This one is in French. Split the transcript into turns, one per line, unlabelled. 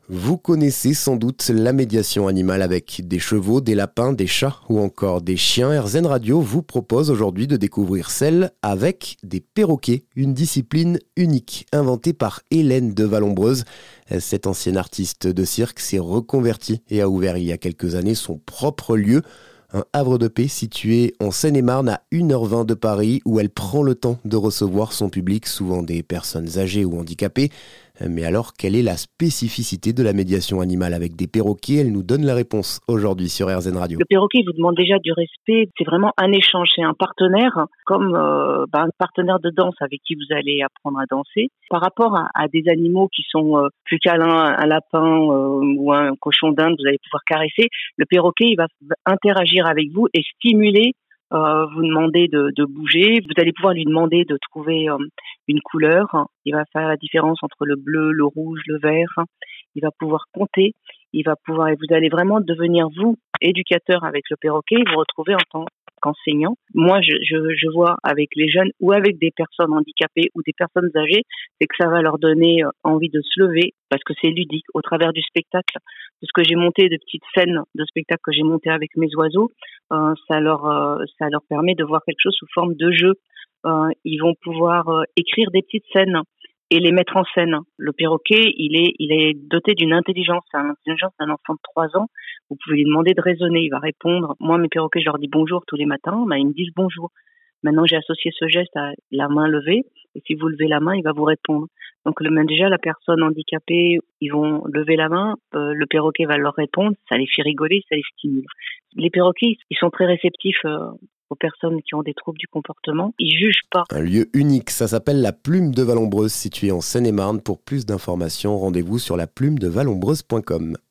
Vous connaissez sans doute la médiation animale avec des chevaux, des lapins, des chats ou encore des chiens. RZN Radio vous propose aujourd'hui de découvrir celle avec des perroquets, une discipline unique inventée par Hélène de Vallombreuse. Cette ancienne artiste de cirque s'est reconvertie et a ouvert il y a quelques années son propre lieu, un havre de paix situé en Seine-et-Marne à 1h20 de Paris, où elle prend le temps de recevoir son public, souvent des personnes âgées ou handicapées. Mais alors, quelle est la spécificité de la médiation animale avec des perroquets ? Elle nous donne la réponse aujourd'hui sur RZN Radio.
Le perroquet vous demande déjà du respect, c'est vraiment un échange, c'est un partenaire, comme un partenaire de danse avec qui vous allez apprendre à danser. Par rapport à des animaux qui sont plus câlins, un lapin ou un cochon d'Inde, vous allez pouvoir caresser, le perroquet il va interagir avec vous et stimuler, vous demander de bouger, vous allez pouvoir lui demander de trouver une couleur, il va faire la différence entre le bleu, le rouge, le vert, il va pouvoir compter, et vous allez vraiment devenir vous, éducateur avec le perroquet, et vous retrouver en tant qu'enseignant. Moi, je vois avec les jeunes ou avec des personnes handicapées ou des personnes âgées, c'est que ça va leur donner envie de se lever parce que c'est ludique au travers du spectacle, de ce que j'ai monté, de petites scènes de spectacle que j'ai monté avec mes oiseaux, ça leur permet de voir quelque chose sous forme de jeu. Ils vont pouvoir écrire des petites scènes et les mettre en scène. Le perroquet, il est doté d'une intelligence. C'est l'intelligence d'un enfant de 3 ans. Vous pouvez lui demander de raisonner, il va répondre. Moi, mes perroquets, je leur dis bonjour tous les matins. Ils me disent bonjour. Maintenant, j'ai associé ce geste à la main levée. Et si vous levez la main, il va vous répondre. Donc, déjà, la personne handicapée, ils vont lever la main. Le perroquet va leur répondre. Ça les fait rigoler, ça les stimule. Les perroquets, ils sont très réceptifs aux personnes qui ont des troubles du comportement. Ils jugent pas.
Un lieu unique, ça s'appelle la Plume de Vallombreuse, située en Seine-et-Marne. Pour plus d'informations, rendez-vous sur laplumedevallombreuse.com.